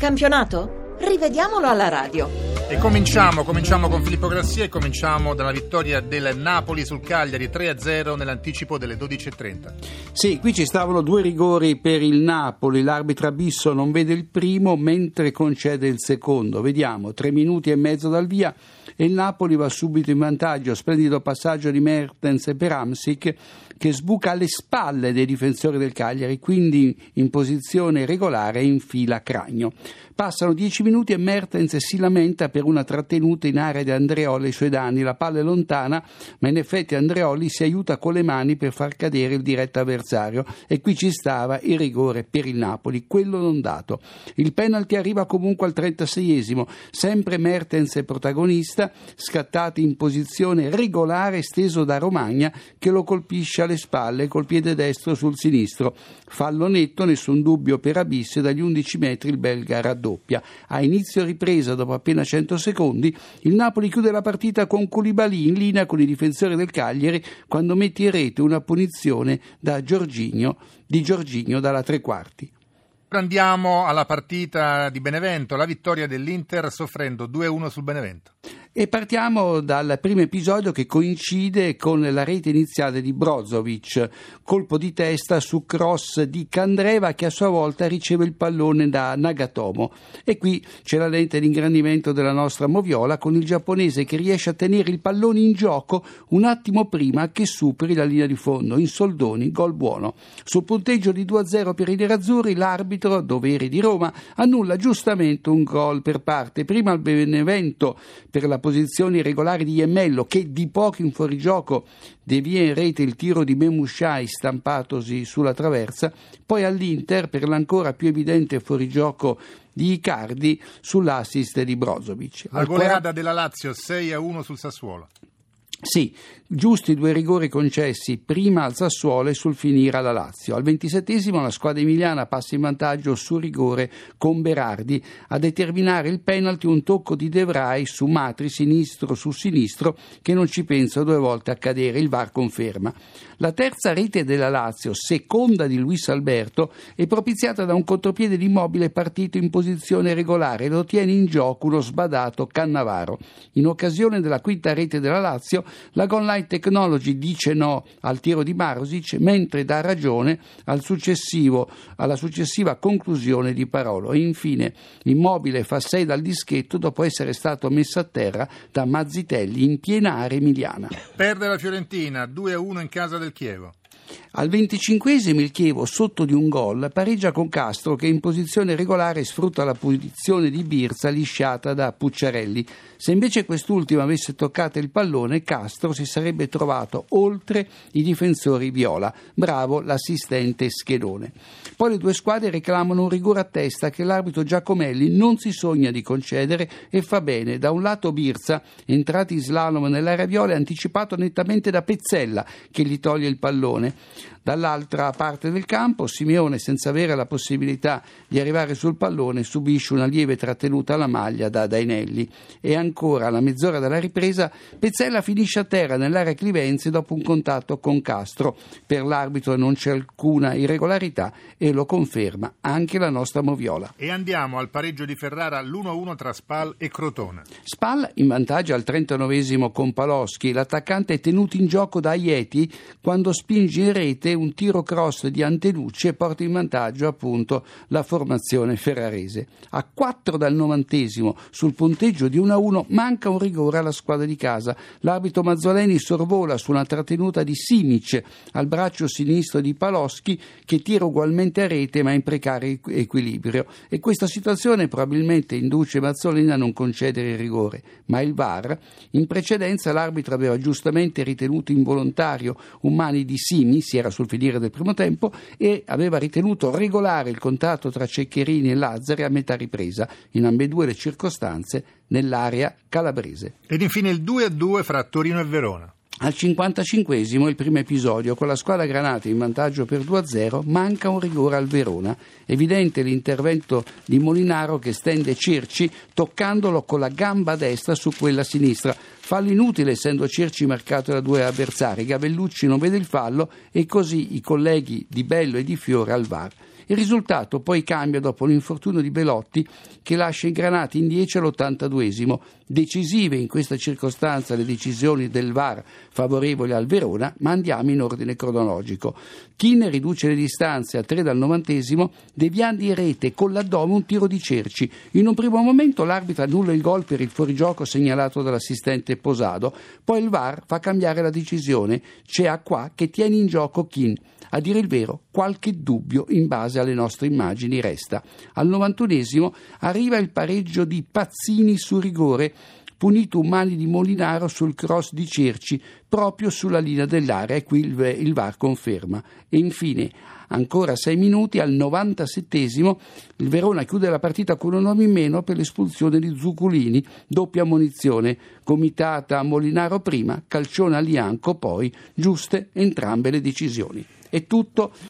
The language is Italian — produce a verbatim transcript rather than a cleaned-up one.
campionato? Rivediamolo alla radio. E cominciamo, cominciamo con Filippo Grassia e cominciamo dalla vittoria del Napoli sul Cagliari tre a zero nell'anticipo delle dodici e trenta. Sì, qui ci stavano due rigori per il Napoli, l'arbitro Abisso non vede il primo mentre concede il secondo. Vediamo, tre minuti e mezzo dal via e il Napoli va subito in vantaggio, splendido passaggio di Mertens per Hamsik che sbuca alle spalle dei difensori del Cagliari, quindi in posizione regolare e infila Cragno. Passano dieci minuti e Mertens si lamenta per una trattenuta in area di Andreoli ai suoi danni. La palla è lontana, ma in effetti Andreoli si aiuta con le mani per far cadere il diretto avversario e qui ci stava il rigore per il Napoli, quello non dato. Il penalty arriva comunque al trentaseiesimo, sempre Mertens è protagonista, scattato in posizione regolare steso da Romagna che lo colpisce alle spalle col piede destro sul sinistro. Fallo netto, nessun dubbio per Abisso e dagli undici metri il belga raddoppia. A inizio ripresa, dopo appena cento secondi, il Napoli chiude la partita con Koulibaly in linea con i difensori del Cagliari quando mette in rete una punizione da Jorginho, di Jorginho dalla tre quarti. Andiamo alla partita di Benevento, la vittoria dell'Inter soffrendo due a uno sul Benevento. E partiamo dal primo episodio che coincide con la rete iniziale di Brozovic, colpo di testa su cross di Candreva che a sua volta riceve il pallone da Nagatomo. E qui c'è la lente di ingrandimento della nostra moviola con il giapponese che riesce a tenere il pallone in gioco un attimo prima che superi la linea di fondo. In soldoni, gol buono. Sul punteggio di due a zero per i nerazzurri l'arbitro, doveri di Roma, annulla giustamente un gol per parte. Prima al Benevento per la posizione irregolare di Iemello che di poco in fuorigioco devia in rete il tiro di Memushai stampatosi sulla traversa, poi all'Inter per l'ancora più evidente fuorigioco di Icardi sull'assist di Brozovic. La goleada della Lazio sei a uno sul Sassuolo. Sì, giusti due rigori concessi prima al Sassuolo e sul finire alla Lazio. Al ventisettesimo la squadra emiliana passa in vantaggio su rigore con Berardi a determinare il penalty, un tocco di De Vrij su Matri sinistro su sinistro che non ci pensa due volte a cadere, il V A R conferma. La terza rete della Lazio, seconda di Luis Alberto, è propiziata da un contropiede di Immobile partito in posizione regolare e lo tiene in gioco uno sbadato Cannavaro. In occasione della quinta rete della Lazio la Goal Line Technology dice no al tiro di Marusic mentre dà ragione al successivo, alla successiva conclusione di Parolo e infine Immobile fa sei dal dischetto dopo essere stato messo a terra da Mazzitelli in piena area emiliana. Perde la Fiorentina due a uno in casa del Chievo. Al venticinquesimo il Chievo, sotto di un gol, pareggia con Castro che in posizione regolare sfrutta la posizione di Birza lisciata da Pucciarelli. Se invece quest'ultimo avesse toccato il pallone, Castro si sarebbe trovato oltre i difensori viola. Bravo l'assistente Schedone. Poi le due squadre reclamano un rigore a testa che l'arbitro Giacomelli non si sogna di concedere e fa bene. Da un lato Birza, entrato in slalom nell'area viola, è anticipato nettamente da Pezzella che gli toglie il pallone. Dall'altra parte del campo Simeone, senza avere la possibilità di arrivare sul pallone, subisce una lieve trattenuta alla maglia da Dainelli e ancora alla mezz'ora dalla ripresa Pezzella finisce a terra nell'area clivenze dopo un contatto con Castro. Per l'arbitro non c'è alcuna irregolarità e lo conferma anche la nostra moviola. E andiamo al pareggio di Ferrara l'uno a uno tra Spal e Crotone. Spal in vantaggio al trentanovesimo con Paloschi, l'attaccante è tenuto in gioco da Aieti quando spinge in rete un tiro cross di Antenucci e porta in vantaggio appunto la formazione ferrarese. A quattro dal novantesimo sul punteggio di uno a uno manca un rigore alla squadra di casa. L'arbitro Mazzoleni sorvola su una trattenuta di Simic al braccio sinistro di Paloschi che tira ugualmente a rete ma in precario equilibrio e questa situazione probabilmente induce Mazzoleni a non concedere il rigore, ma il V A R in precedenza l'arbitro aveva giustamente ritenuto involontario un mani di Simi, si era sul finire del primo tempo e aveva ritenuto regolare il contatto tra Ceccherini e Lazzari a metà ripresa, in ambedue le circostanze nell'area calabrese. Ed infine il due a due fra Torino e Verona. Al cinquantacinquesimo il primo episodio, con la squadra granata in vantaggio per due a zero, manca un rigore al Verona. Evidente l'intervento di Molinaro che stende Cerci toccandolo con la gamba destra su quella sinistra. Fallo inutile essendo Cerci marcato da due avversari. Gavellucci non vede il fallo e così i colleghi Di Bello e Di Fiore al V A R. Il risultato poi cambia dopo l'infortunio di Belotti, che lascia i granati in dieci all'ottantaduesimo. Decisive in questa circostanza le decisioni del V A R favorevoli al Verona, ma andiamo in ordine cronologico. Kean riduce le distanze a tre dal novantesimo, deviando in rete con l'addome un tiro di Cerci. In un primo momento l'arbitro annulla il gol per il fuorigioco segnalato dall'assistente Posado, poi il V A R fa cambiare la decisione. C'è Acqua che tiene in gioco Kean. A dire il vero, qualche dubbio in base alle nostre immagini resta. Al novantunesimo arriva il pareggio di Pazzini su rigore, punito un mani di Molinaro sul cross di Cerci proprio sulla linea dell'area, e qui il, il V A R conferma. E infine, ancora sei minuti, al novantasettesimo il Verona chiude la partita con un uomo in meno per l'espulsione di Zuculini, doppia ammonizione, comitata a Molinaro prima, calcione a Lianco poi, giuste entrambe le decisioni. È tutto.